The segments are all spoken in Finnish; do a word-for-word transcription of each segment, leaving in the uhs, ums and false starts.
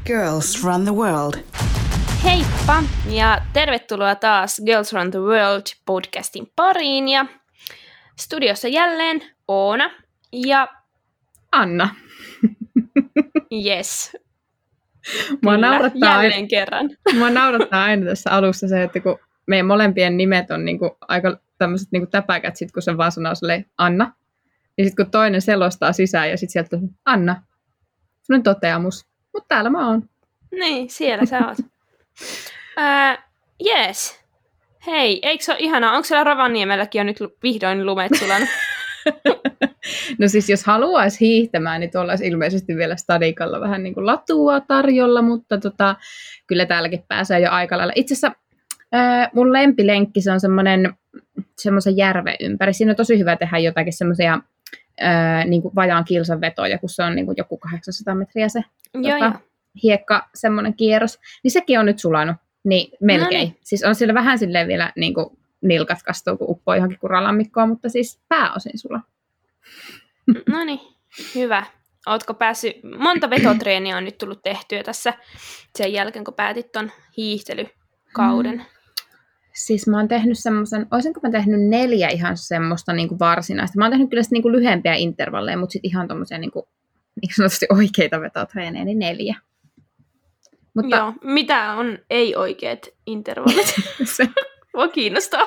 Girls Run the World. Heippa ja tervetuloa taas Girls Run the World podcastin pariin. Ja studiossa jälleen Oona ja Anna. Yes. Mua Kyllä, naurattaa, jälleen kerran. mua naurattaa aina tässä alussa se, että kun meidän molempien nimet on niinku aika tämmöiset niinku täpäkät, sit kun se vaan sanoo silleen Anna, niin sitten kun toinen selostaa sisään ja sitten sieltä on Anna, semmoinen toteamus. Mutta täällä mä oon. Niin, siellä sä oot. uh, yes. Hei, eikö se ole ihanaa? Onko siellä Rovaniemelläkin jo nyt vihdoin lumet sulanut? No siis jos haluaisi hiihtämään, niin tuolla olisi ilmeisesti vielä Stadikalla vähän niin kuin latua tarjolla, mutta tota, kyllä täälläkin pääsee jo aika lailla. Itse asiassa ää, mun lempilenkki, se on semmoinen semmoisen järven ympäri. Siinä on tosi hyvä tehdä jotakin semmoisia niin kuin vajaan kilsan vetoja, kun se on niin kuin joku kahdeksansataa metriä se Joo, tota, jo. hiekka, semmoinen kierros. Niin sekin on nyt sulanut, niin melkein. Noniin. Siis on sillä vähän silleen vielä niin kuin nilkat kastuu, kun uppoo johonkin kuralammikkoon, mutta siis pääosin sula. No niin, hyvä. Ootko päässyt, monta vetotreeniä on nyt tullut tehtyä tässä sen jälkeen, kun päätit ton hiihtelykauden? Mm. Siis mä oon tehnyt semmoisen, oisinko mä tehnyt neljä ihan semmoista niin kuin varsinaista. Mä oon tehnyt kyllä niin kuin lyhempiä intervalleja, mutta sitten ihan tommosia niin kuin, niin sanotusti oikeita vetotreenejä, niin neljä. Mutta Joo, mitä on ei-oikeat intervallit? se, Mua kiinnostaa.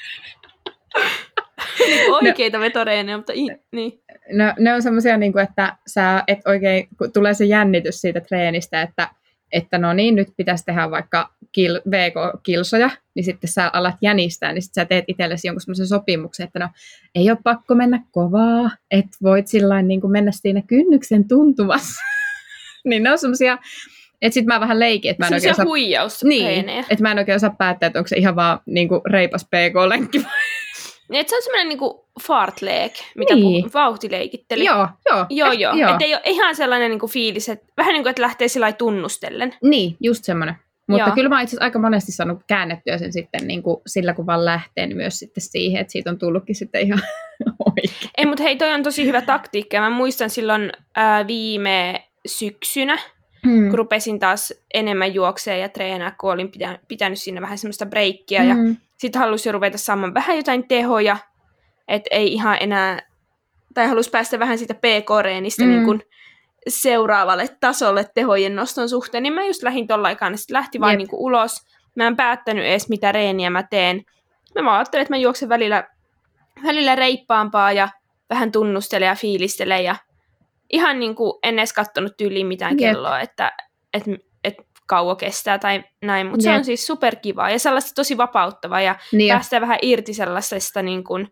Oikeita no, vetoreeneja, mutta i, niin. no, ne on semmoisia, niin kuin, että sä et oikein, kun tulee se jännitys siitä treenistä, että, että no niin, nyt pitäisi tehdä vaikka kil, V K-kilsoja, niin sitten sä alat jänistää, niin sitten sä teet itsellesi jonkun semmoisen sopimuksen, että no ei ole pakko mennä kovaa, että voit sillain niin kuin mennä siinä kynnyksen tuntumassa. Niin ne on semmoisia, että sitten mä vähän leikin, että mä en oikein osaa... huijaustreenejä. Niin, että mä en oikein osaa päättää, että onko se ihan vaan niin kuin reipas P K-lenkki vai... Niin, se on semmoinen niinku fartleek, mitä Niin. puhun, vauhtileikittely. Joo, joo. Joo, eh, joo. joo. Että ei ole ihan sellainen niinku fiilis, että vähän niin kuin, että lähtee sillä lailla tunnustellen. Niin, just semmoinen. Mutta Joo. kyllä mä itse asiassa aika monesti saanut käännettyä sen sitten niin kuin sillä, kun vaan lähtee, niin myös sitten siihen, että siitä on tullutkin sitten ihan oikein. Ei, mutta hei, toi on tosi hyvä taktiikka. Mä muistan silloin ää, viime syksynä, Hmm. kun rupesin taas enemmän juokseen ja treenaa, kun olin pitänyt, pitänyt siinä vähän semmoista breikkiä. Hmm. Ja sitten halusin ruveta saamaan vähän jotain tehoja, että ei ihan enää, tai halusi päästä vähän siitä P K-reenistä Hmm. niin kuin seuraavalle tasolle tehojen noston suhteen, niin mä just lähdin tolla aikaan, sitten lähti vaan Jep. niin kuin ulos. Mä en päättänyt edes, mitä reeniä mä teen. Mä vaan ajattelin, että mä juoksen välillä, välillä reippaampaa ja vähän tunnustelen ja fiilistelen ja ihan niin kuin en edes kattonut tyyliin mitään Jep. kelloa, että et, et kauan kestää tai näin, mutta se Jep. on siis superkivaa ja sellaista tosi vapauttavaa ja Niin jo. päästään vähän irti sellaisesta niin kuin,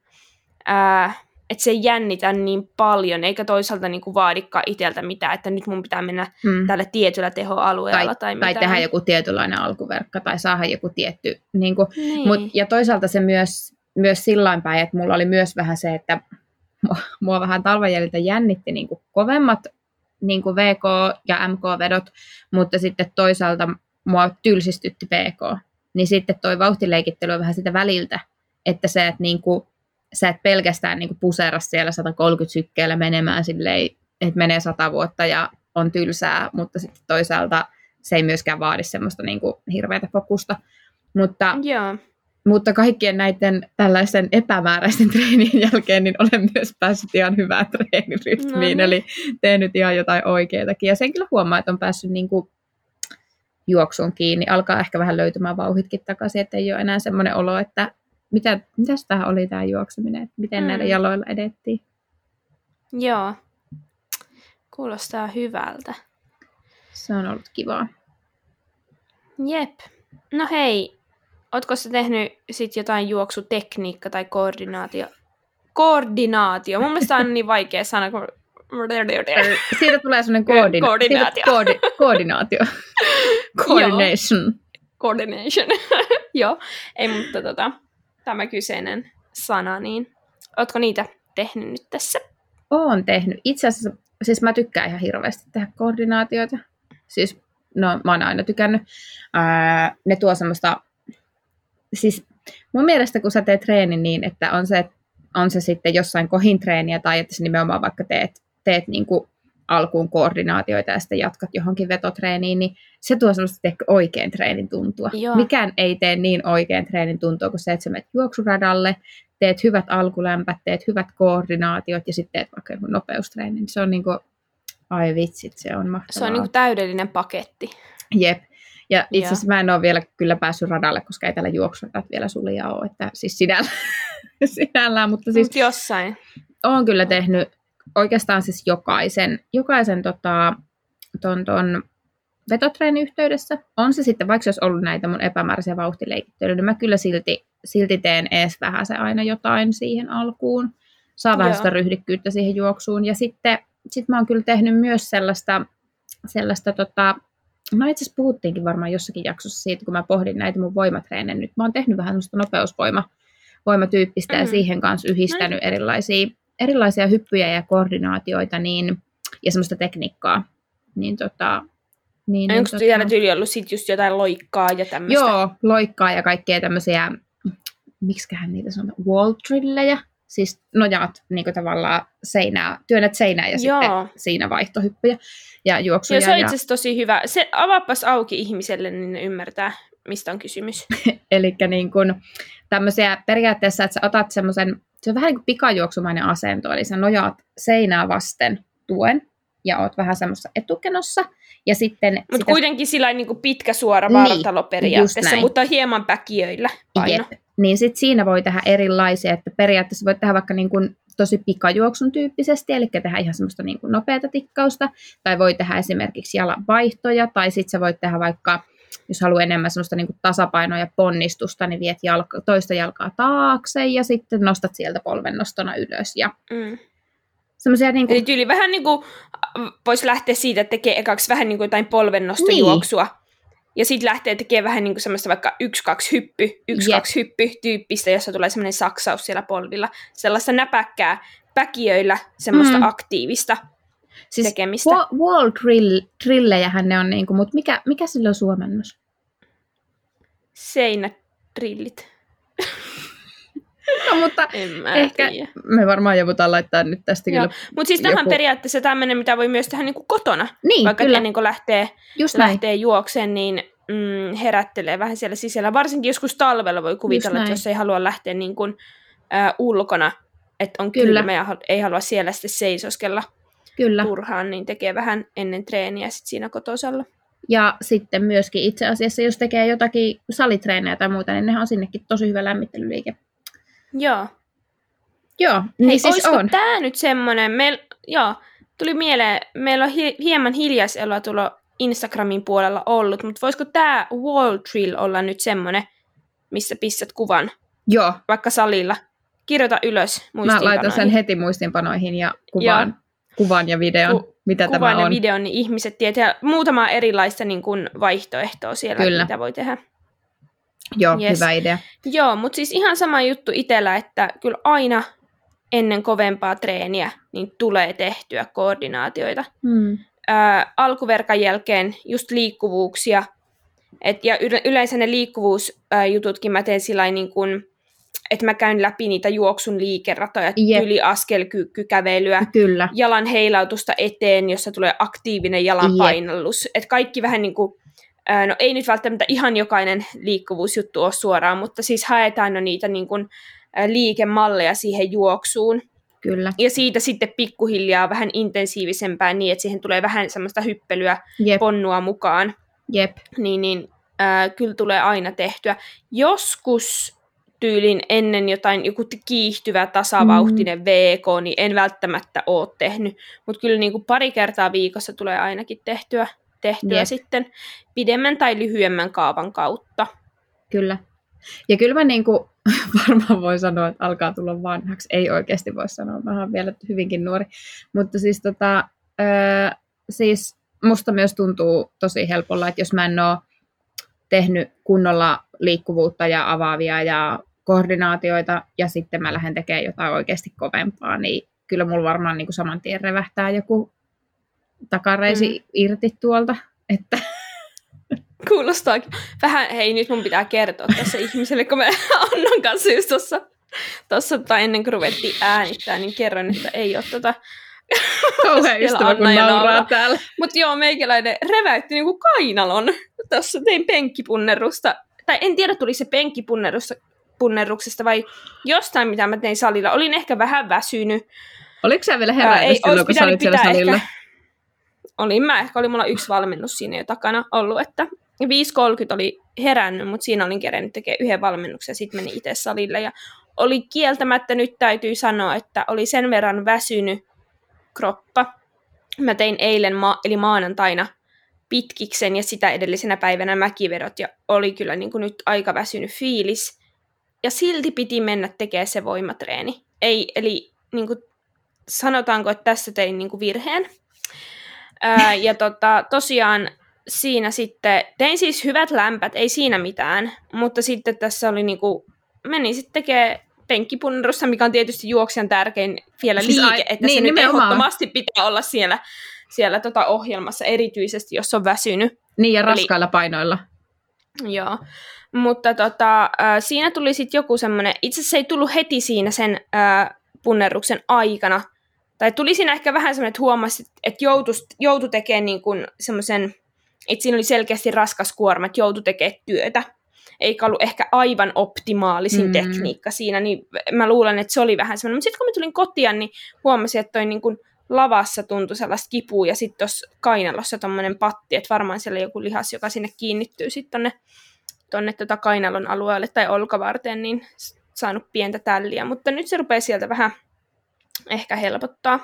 ää, että se ei jännitä niin paljon, eikä toisaalta niin kuin vaadikaan itseltä mitään, että nyt mun pitää mennä Hmm. tällä tietyllä tehoalueella Tai, tai, tai mitään. tehdä joku tietynlainen alkuverkka tai saada joku tietty. Niin kuin, Niin. mut, ja toisaalta se myös, myös sillain päin, että mulla oli myös vähän se, että mua, mua vähän talven jäljiltä jännitti niin kuin kovemmat niin kuin V K- ja M K-vedot, mutta sitten toisaalta mua tylsistytti P K. Niin sitten toi vauhtileikittely on vähän sitä väliltä, että se, että niin kuin, sä et pelkästään niin kuin pusera siellä sata kolmekymmentä sykkeellä menemään silleen, että menee sata vuotta ja on tylsää, mutta sitten toisaalta se ei myöskään vaadi semmoista niin kuin hirveätä fokusta. Mutta, Joo. mutta kaikkien näiden tällaisen epämääräisten treenien jälkeen niin olen myös päässyt ihan hyvään treenirytmiin, No niin. eli tehnyt ihan jotain oikeatakin. Ja sen kyllä huomaa, että on päässyt niin kuin juoksuun kiinni. Alkaa ehkä vähän löytymään vauhditkin takaisin, että ei ole enää semmoinen olo, että mitä, mitäs tämä oli tämä juokseminen, että miten Mm. näillä jaloilla edettiin. Joo. Kuulostaa hyvältä. Se on ollut kivaa. Jep. No hei, ootko sä tehnyt sit jotain juoksutekniikka tai koordinaatio? Koordinaatio. Mun mielestä on niin vaikea sana kuin... Siitä tulee semmoinen koordina- Koordinaatio. siitä koodi- koordinaatio. Coordination. Coordination. Joo. Ei, mutta tota, tämä kyseinen sana, niin ootko niitä tehnyt nyt tässä? Oon tehnyt. Itse asiassa, siis mä tykkään ihan hirveästi tehdä koordinaatioita. Siis, no mä oon aina tykännyt. Ää, ne tuo semmoista, siis mun mielestä kun sä teet treenin niin, että on se, on se sitten jossain kohin treeniä tai että sä nimenomaan vaikka teet, teet niin kuin alkuun koordinaatioita ja sitten jatkat johonkin vetotreeniin, niin se tuo semmoista oikein treenin tuntua. Joo. Mikään ei tee niin oikein treenin tuntua kuin se, että sä menet juoksuradalle, teet hyvät alkulämpät, teet hyvät koordinaatiot ja sitten teet vaikka joku nopeustreeni. Se on niin kuin, ai vitsit, se on mahtavaa. Se on niin kuin täydellinen paketti. Jep. Ja itse asiassa mä en ole vielä kyllä päässyt radalle, koska ei täällä juoksuradat vielä sulia ole, että siis sinällään, sinällään mutta siis Mut jossain. olen kyllä tehnyt oikeastaan siis jokaisen, jokaisen tota, ton, ton vetotreenin yhteydessä. On se sitten, vaikka se olisi ollut näitä mun epämääräisiä vauhtileikittelyjä, niin mä kyllä silti, silti teen ees vähän se aina jotain siihen alkuun. Saa vähän sitä ryhdikkyyttä siihen juoksuun. Ja sitten sit mä oon kyllä tehnyt myös sellaista, sellaista tota, no itse asiassa puhuttiinkin varmaan jossakin jaksossa siitä, kun mä pohdin näitä mun voimatreenejä nyt. Mä oon tehnyt vähän sellaista nopeusvoimatyyppistä mm-hmm. ja siihen kanssa yhdistänyt erilaisia, erilaisia hyppyjä ja koordinaatioita niin, ja semmoista tekniikkaa. Niin tota, niin, Onko tota, siellä tyyli ollut sit just jotain loikkaa ja tämmöistä? Joo, loikkaa ja kaikkea tämmöisiä, miksiköhän niitä sanotaan, wall drillejä. Siis nojaat niin kuin tavallaan seinää, työnnät seinää ja Joo. sitten siinä vaihtohyppyjä ja juoksuja. Joo, se on ja... itse asiassa tosi hyvä. Se avaapas auki ihmiselle, niin ne ymmärtää, mistä on kysymys. Eli niin kuin tämmöisiä periaatteessa, että sä otat semmoisen, se on vähän niin kuin pikajuoksumainen asento, eli sä nojaat seinää vasten tuen ja oot vähän semmoisessa etukenossa. Mutta sitä... kuitenkin sillä niin kuin pitkä suora niin, vartalo periaatteessa, mutta hieman päkiöillä paino. Jep. Niin sit siinä voi tehdä erilaisia, että periaatteessa voit tehdä vaikka niin kuin tosi pikajuoksun tyyppisesti, eli tehdä ihan semmoista niin kuin nopeata tikkausta, tai voi tehdä esimerkiksi jalan vaihtoja, tai sitten sä voit tehdä vaikka, jos haluaa enemmän semmoista niin kuin tasapainoa ja ponnistusta, niin viet jalka, toista jalkaa taakse, ja sitten nostat sieltä polvennostona ylös. Ja mm. niin kuin... Eli tyyli vähän niin kuin, voisi lähteä siitä, että tekee ekaksi vähän niin kuin jotain polvennostojuoksua, niin. Ja sitten lähtee tekemään vähän niin kuin semmoista vaikka yksi kaksi hyppy, yksi kaksi hyppy tyyppistä, jossa tulee semmoinen saksaus siellä polvilla. Sellaista näpäkkää päkiöillä semmoista mm. aktiivista siis tekemistä. Wa- wall drill, drillejähän ne on, niin kuin, mutta mikä, mikä sillä on suomennos? Seinädrillit. No, mutta ehkä tiedä. Me varmaan joudutaan laittaa nyt tästä kyllä. Mutta siis tämähän joku... periaatteessa tämmöinen, mitä voi myös tehdä niinku kotona. Niin, vaikka kyllä. ennen kuin lähtee, lähtee juokseen, niin mm, herättelee vähän siellä sisällä. Varsinkin joskus talvella voi kuvitella, että jos ei halua lähteä niin kuin, äh, ulkona, että on kyllä. kylmä ja ei halua siellä sitten seisoskella kyllä. turhaan, niin tekee vähän ennen treeniä sit siinä kotosalla. Ja sitten myöskin itse asiassa, jos tekee jotakin salitreenejä tai muuta, niin nehän on sinnekin tosi hyvä lämmittelyliike. Joo. Joo, niin Hei, siis olisiko on. Tää nyt semmoinen, meil, joo, tuli mieleen, meillä on hi- hieman hiljaiseloa tuolla Instagramin puolella ollut, mutta voisiko tämä wall drill olla nyt semmoinen, missä pistät kuvan? Joo. Vaikka salilla. Kirjoita ylös muistiinpanoihin. Mä laitan sen heti muistiinpanoihin ja kuvan, kuvan ja videon, Ku- mitä tämä on. Kuvan ja videon, niin ihmiset tietää muutamaa erilaista niin kuin vaihtoehtoa siellä, Kyllä. mitä voi tehdä. Joo, yes. Hyvä idea. Joo, mutta siis ihan sama juttu itsellä, että kyllä aina ennen kovempaa treeniä niin tulee tehtyä koordinaatioita. Hmm. Ää, alkuverkan jälkeen just liikkuvuuksia. Et, ja yleensä ne liikkuvuusjututkin mä teen sillä niin kuin, että mä käyn läpi niitä juoksun liikeratoja, Jep. yli askelkykykävelyä, Kyllä. jalan heilautusta eteen, jossa tulee aktiivinen jalan painallus. Et kaikki vähän niin kuin, no ei nyt välttämättä ihan jokainen liikkuvuusjuttu ole suoraan, mutta siis haetaan no niitä niin kuin liikemalleja siihen juoksuun. Kyllä. Ja siitä sitten pikkuhiljaa vähän intensiivisempää niin, että siihen tulee vähän semmoista hyppelyä, Jep. ponnua mukaan. Jep. Niin, niin äh, kyllä tulee aina tehtyä. Joskus tyylin ennen jotain joku kiihtyvä tasavauhtinen mm. V K, niin en välttämättä ole tehnyt. Mutta kyllä niin kuin pari kertaa viikossa tulee ainakin tehtyä. tehtyä Jep. sitten pidemmän tai lyhyemmän kaavan kautta. Kyllä. Ja kyllä mä niin kuin varmaan voi sanoa, että alkaa tulla vanhaksi. Ei oikeasti voi sanoa, mä oon vielä hyvinkin nuori. Mutta siis, tota, öö, siis musta myös tuntuu tosi helpolla, että jos mä en ole tehnyt kunnolla liikkuvuutta ja avaavia ja koordinaatioita ja sitten mä lähden tekemään jotain oikeasti kovempaa, niin kyllä mulla varmaan niin kuin saman tien revähtää joku takareisi mm. irti tuolta, että... Kuulostaakin. Vähän, hei nyt mun pitää kertoa tässä ihmiselle, kun me Annan kanssa just tuossa, tuossa tota, ennen kuin ruvettiin äänittää, niin kerron, että ei ole tota Kauhean ystävä, kun nauraa, nauraa täällä. Mutta joo, meikäläinen reväytti niinku kainalon. Tuossa tein penkkipunnerusta. Tai en tiedä, tuli se penkkipunneruksesta vai jostain, mitä mä tein salilla. Olin ehkä vähän väsynyt. Oliko sä vielä herätys silloin, kun sä olit siellä salilla? Ehkä, olin mä. Ehkä oli mulla yksi valmennus siinä jo takana ollut, että viisi kolmekymmentä oli herännyt, mutta siinä olin kerennyt tekemään yhden valmennuksen ja sitten menin itse salille. Ja oli kieltämättä, nyt täytyy sanoa, että oli sen verran väsynyt kroppa. Mä tein eilen, ma- eli maanantaina, pitkiksen ja sitä edellisenä päivänä mäkivedot, ja oli kyllä niin kuin nyt aika väsynyt fiilis. Ja silti piti mennä tekemään se voimatreeni. Ei, eli niin kuin, sanotaanko, että tässä tein niin kuin virheen. Ää, ja tota, tosiaan siinä sitten, tein siis hyvät lämpät, ei siinä mitään, mutta sitten tässä oli niin kuin, menin sitten tekemään penkkipunnerusta, mikä on tietysti juoksijan tärkein vielä liike, siis ai, että niin, se nyt ehdottomasti pitää olla siellä, siellä tota ohjelmassa, erityisesti jos on väsynyt. Niin, ja raskailla Eli, painoilla. Joo, mutta tota, äh, siinä tuli sitten joku semmoinen, itse asiassa ei tullut heti siinä sen äh, punnerruksen aikana, tai tuli siinä ehkä vähän semmoinen, että huomasi, että joutui, joutui tekemään niin kuin semmoisen, että siinä oli selkeästi raskas kuorma, että joutui tekemään työtä. Eikä ollut ehkä aivan optimaalisin mm. tekniikka siinä, niin mä luulen, että se oli vähän semmoinen. Mutta sitten kun mä tulin kotiin, niin huomasin, että toi niin kuin lavassa tuntui sellaista kipua, ja sitten tuossa kainalossa tommoinen patti, että varmaan siellä joku lihas, joka sinne kiinnittyy sitten tonne, tonne tota kainalon alueelle tai olkavarteen, niin saanut pientä tälliä. Mutta nyt se rupeaa sieltä vähän ehkä helpottaa.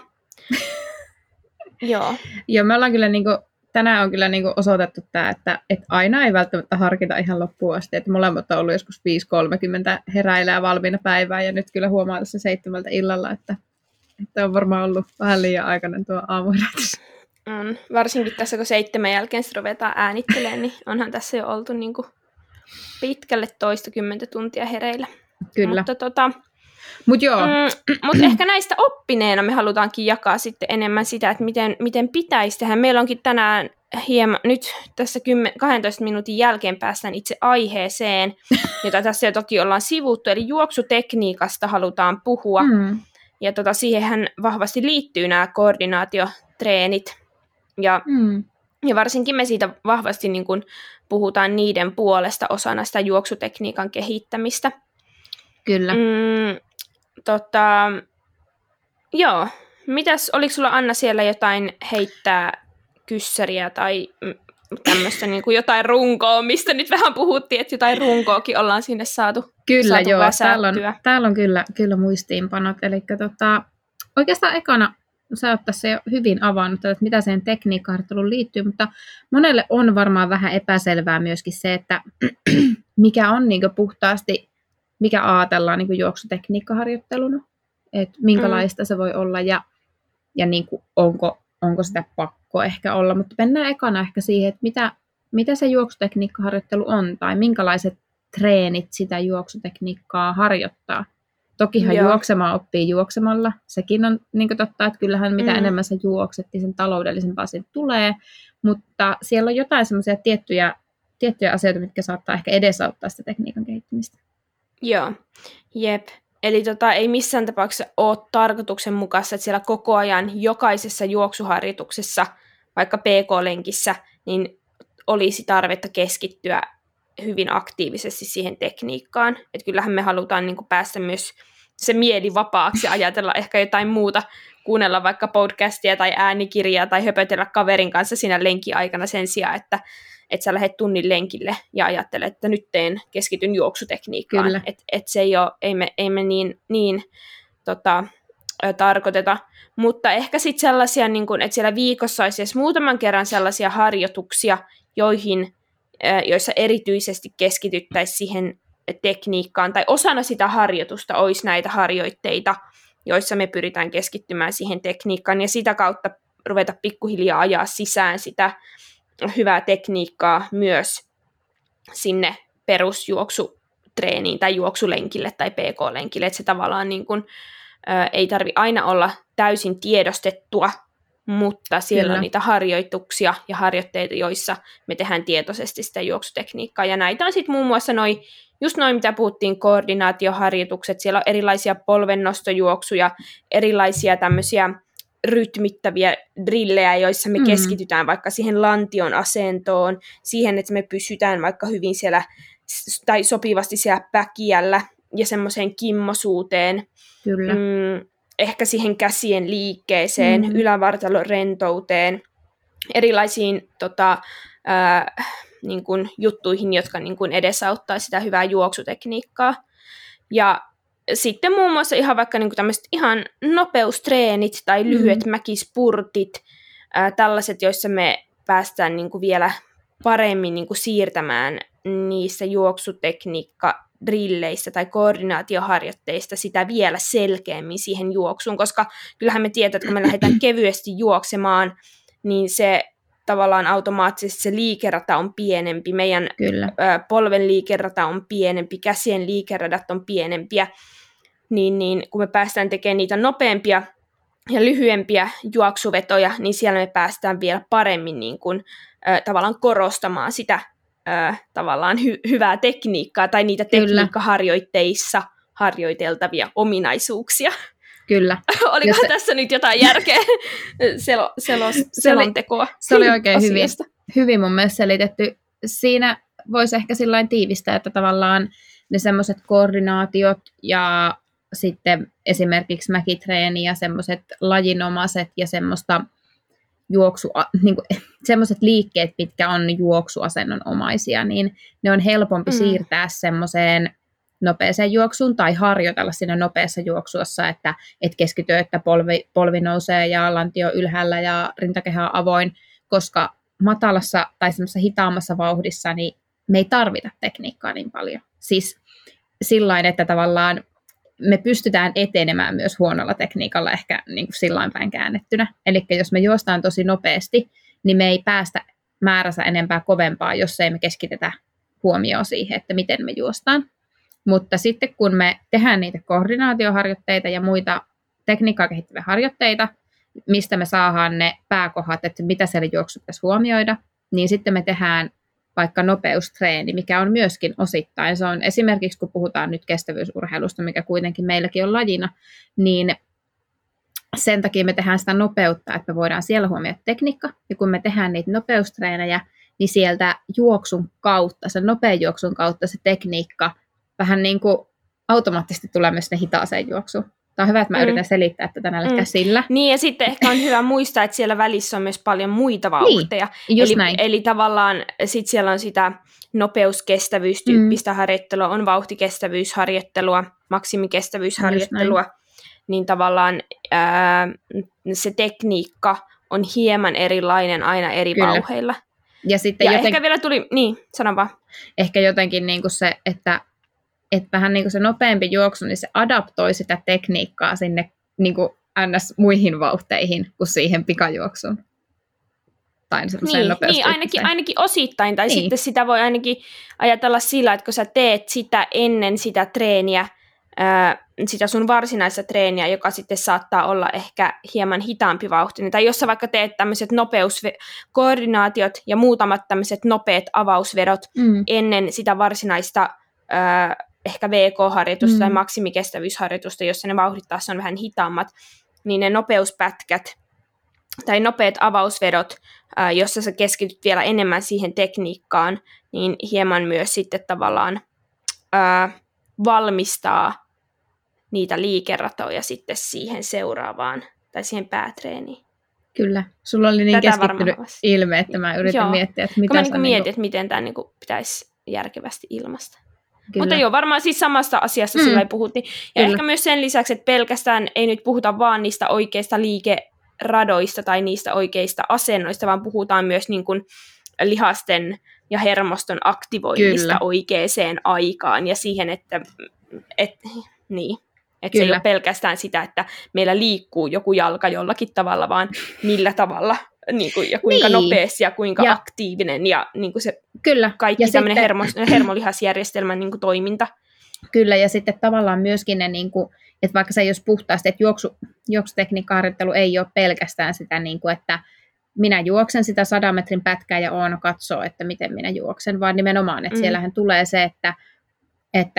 Joo. Joo, me ollaan kyllä niinku... Tänään on kyllä niinku osoitettu tämä, että, että aina ei välttämättä harkita ihan loppuun asti. Että molemmat on ollut joskus viisi kolmekymmentä heräillä valmiina päivää, ja nyt kyllä huomaa tässä seitsemältä illalla, että, että on varmaan ollut vähän liian aikainen tuo aamuherätys. On. Varsinkin tässä, kun seitsemän jälkeen sitten ruvetaan äänittelemään, niin onhan tässä jo oltu niinku pitkälle toista kymmentä tuntia hereillä. Kyllä. Mutta tota... Mut joo. Mm, mutta ehkä näistä oppineena me halutaankin jakaa sitten enemmän sitä, että miten, miten pitäisi tehdä. Meillä onkin tänään hieman, nyt tässä kymmenen, kahdentoista minuutin jälkeen päästään itse aiheeseen, jota tässä jo toki ollaan sivuttu, eli juoksutekniikasta halutaan puhua. Mm. Ja tota, siihenhän vahvasti liittyy nämä koordinaatiotreenit. Ja, mm. ja varsinkin me siitä vahvasti niin kun puhutaan niiden puolesta osana sitä juoksutekniikan kehittämistä. Kyllä. Mm, tota, joo. Mitäs, oliko sulla Anna siellä jotain heittää kyssäriä tai tämmöistä niin kuin jotain runkoa, mistä nyt vähän puhuttiin, että jotain runkoakin ollaan sinne saatu Kyllä saatu joo, täällä on, täällä on kyllä, kyllä muistiinpanot. Eli tota, oikeastaan ekana sä oot tässä jo hyvin avannut, että mitä sen tekniikkaharjoitteluun liittyy, mutta monelle on varmaan vähän epäselvää myöskin se, että mikä on niin kuin puhtaasti mikä ajatellaan niin kuin juoksutekniikkaharjoitteluna, että minkälaista mm. se voi olla ja, ja niin kuin onko, onko sitä pakko ehkä olla. Mutta mennään ekana ehkä siihen, että mitä, mitä se juoksutekniikkaharjoittelu on tai minkälaiset treenit sitä juoksutekniikkaa harjoittaa. Tokihan Joo. juoksemaan oppii juoksemalla. Sekin on niin kuin totta, että kyllähän mitä mm. enemmän sä juokset, niin sen taloudellisempaa siitä tulee. Mutta siellä on jotain semmoisia tiettyjä, tiettyjä asioita, mitkä saattaa ehkä edesauttaa sitä tekniikan kehittymistä. Joo, jep. Eli tota, ei missään tapauksessa ole tarkoituksenmukaista, että siellä koko ajan jokaisessa juoksuharjoituksessa, vaikka P K-lenkissä, niin olisi tarvetta keskittyä hyvin aktiivisesti siihen tekniikkaan. Että kyllähän me halutaan niin kuin päästä myös se mieli vapaaksi ja ajatella ehkä jotain muuta, kuunnella vaikka podcastia tai äänikirjaa tai höpötellä kaverin kanssa siinä lenkiaikana sen sijaan, että että sä lähdet tunnin lenkille ja ajattelet, että nyt teen, keskityn juoksutekniikkaan. Että et se ei, ole, ei me, ei me niin, niin tota, ä, tarkoiteta. Mutta ehkä sitten sellaisia, niin kun, että siellä viikossa olisi edes muutaman kerran sellaisia harjoituksia, joihin, ä, joissa erityisesti keskityttäisiin siihen tekniikkaan, tai osana sitä harjoitusta olisi näitä harjoitteita, joissa me pyritään keskittymään siihen tekniikkaan, ja sitä kautta ruveta pikkuhiljaa ajaa sisään sitä hyvää tekniikkaa myös sinne perusjuoksutreeniin tai juoksulenkille tai P K-lenkille, että se tavallaan niin kuin, ä, ei tarvi aina olla täysin tiedostettua, mutta siellä Kyllä. on niitä harjoituksia ja harjoitteita, joissa me tehdään tietoisesti sitä juoksutekniikkaa, ja näitä on sitten muun muassa noi, just noin, mitä puhuttiin, koordinaatioharjoitukset, siellä on erilaisia polvennostojuoksuja, erilaisia tämmöisiä rytmittäviä drillejä, joissa me Mm. keskitytään vaikka siihen lantion asentoon, siihen, että me pysytään vaikka hyvin siellä tai sopivasti siellä päkiällä ja semmoiseen kimmosuuteen, Kyllä. mm, ehkä siihen käsien liikkeeseen, Mm. ylävartalon rentouteen, erilaisiin tota, ää, niin kuin juttuihin, jotka niin kuin edesauttaa sitä hyvää juoksutekniikkaa. Ja sitten muun muassa ihan vaikka niin kuin tämmöiset ihan nopeustreenit tai lyhyet mm. mäkispurtit, ää, tällaiset, joissa me päästään niin kuin vielä paremmin niin kuin siirtämään niissä juoksutekniikka-drilleistä tai koordinaatioharjoitteista sitä vielä selkeämmin siihen juoksuun, koska kyllähän me tiedetään, että kun me lähdetään kevyesti juoksemaan, niin se tavallaan automaattisesti se liikerata on pienempi, meidän Kyllä. Ö, polven liikerata on pienempi, käsien liikeradat on pienempiä, niin, niin kun me päästään tekemään niitä nopeampia ja lyhyempiä juoksuvetoja, niin siellä me päästään vielä paremmin niin kuin, ö, tavallaan korostamaan sitä ö, tavallaan hy- hyvää tekniikkaa tai niitä Kyllä. tekniikkaharjoitteissa harjoiteltavia ominaisuuksia. Kyllä. Olikohan se, tässä nyt jotain järkeä selo, selos, se selontekoa? Oli, se oli oikein hyvin, asiasta. hyvin mun mielestä selitetty. Siinä voisi ehkä sillain tiivistää, että tavallaan ne semmoiset koordinaatiot ja sitten esimerkiksi mäkitreeni ja semmoiset lajinomaiset ja semmoista juoksu, niin kuin, semmoiset liikkeet, mitkä on juoksuasennon omaisia, niin ne on helpompi mm. siirtää semmoiseen nopeeseen juoksuun tai harjoitella siinä nopeassa juoksussa, että et keskity, että polvi, polvi nousee ja lantio ylhäällä ja rintakehä on avoin, koska matalassa tai semmoisessa hitaammassa vauhdissa niin me ei tarvita tekniikkaa niin paljon. Siis sillain, että tavallaan me pystytään etenemään myös huonolla tekniikalla ehkä niin kuin sillain päin käännettynä. Eli jos me juostaan tosi nopeasti, niin me ei päästä määränsä enempää kovempaa, jos ei me keskitetä huomioon siihen, että miten me juostaan. Mutta sitten kun me tehdään niitä koordinaatioharjoitteita ja muita tekniikkaa kehittäviä harjoitteita, mistä me saadaan ne pääkohdat, että mitä siellä juoksussa pitäisi huomioida, niin sitten me tehdään vaikka nopeustreeni, mikä on myöskin osittain. Se on esimerkiksi, kun puhutaan nyt kestävyysurheilusta, mikä kuitenkin meilläkin on lajina, niin sen takia me tehdään sitä nopeutta, että me voidaan siellä huomioida tekniikka, ja kun me tehdään niitä nopeustreenejä, niin sieltä juoksun kautta, sen nopean juoksun kautta se tekniikka vähän niin kuin automaattisesti tulee myös ne hitaaseen juoksuun. Tämä on hyvä, että mä mm. yritän selittää tätä näillä mm. käsillä. Niin, ja sitten ehkä on hyvä muistaa, että siellä välissä on myös paljon muita vauhteja. Niin, just eli, näin. eli tavallaan sit siellä on sitä nopeuskestävyystyyppistä mm. harjoittelua, on vauhtikestävyysharjoittelua, maksimikestävyysharjoittelua, niin tavallaan ää, se tekniikka on hieman erilainen aina eri Kyllä. vauheilla. Ja, sitten ja joten... ehkä vielä tuli, niin, sano vaan. Ehkä jotenkin niin kuin se, että että vähän niin kuin se nopeampi juoksu, niin se adaptoi sitä tekniikkaa sinne niin kuin ns. Muihin vauhteihin kuin siihen pikajuoksuun. Tai niin, niin ainakin, ainakin osittain. Tai niin. Sitten sitä voi ainakin ajatella sillä, että kun sä teet sitä ennen sitä treeniä, ää, sitä sun varsinaista treeniä, joka sitten saattaa olla ehkä hieman hitaampi vauhtinen. Tai jos sä vaikka teet tämmöiset nopeuskoordinaatiot ja muutamat tämmöiset nopeat avausvedot mm. ennen sitä varsinaista ää, ehkä V K-harjoitusta mm. tai maksimikestävyysharjoitusta, jossa ne vauhdit taas on vähän hitaammat, niin ne nopeuspätkät tai nopeat avausvedot, ää, jossa sä keskityt vielä enemmän siihen tekniikkaan, niin hieman myös sitten tavallaan ää, valmistaa niitä liikeratoja sitten siihen seuraavaan tai siihen päätreeniin. Kyllä. Sulla oli niin Tätä keskittynyt ilme, että mä yritin Joo. miettiä, että mitä mä niin mietin, niin että miten tämä niin pitäisi järkevästi ilmaista. Kyllä. Mutta joo, varmaan siis samasta asiasta mm. sillä puhuttiin. Ja Kyllä. ehkä myös sen lisäksi, että pelkästään ei nyt puhuta vaan niistä oikeista liikeradoista tai niistä oikeista asennoista, vaan puhutaan myös niin kuin lihasten ja hermoston aktivoinnista Kyllä. oikeaan aikaan ja siihen, että et, niin, että se ei ole pelkästään sitä, että meillä liikkuu joku jalka jollakin tavalla, vaan millä tavalla niin kuin, ja kuinka niin. nopeasti ja kuinka ja. aktiivinen ja niin kuin se Kyllä. kaikki ja tämmöinen sitten, hermo, hermolihasjärjestelmän niin kuin toiminta. Kyllä, ja sitten tavallaan myöskin ne, niin kuin, että vaikka se ei olisi puhtaasti, että juoksu, juoksutekniikka-harjoittelu ei ole pelkästään sitä, niin kuin, että minä juoksen sitä sadan metrin pätkää ja Oono katsoo, että miten minä juoksen, vaan nimenomaan, että mm. siellähän tulee se, että, että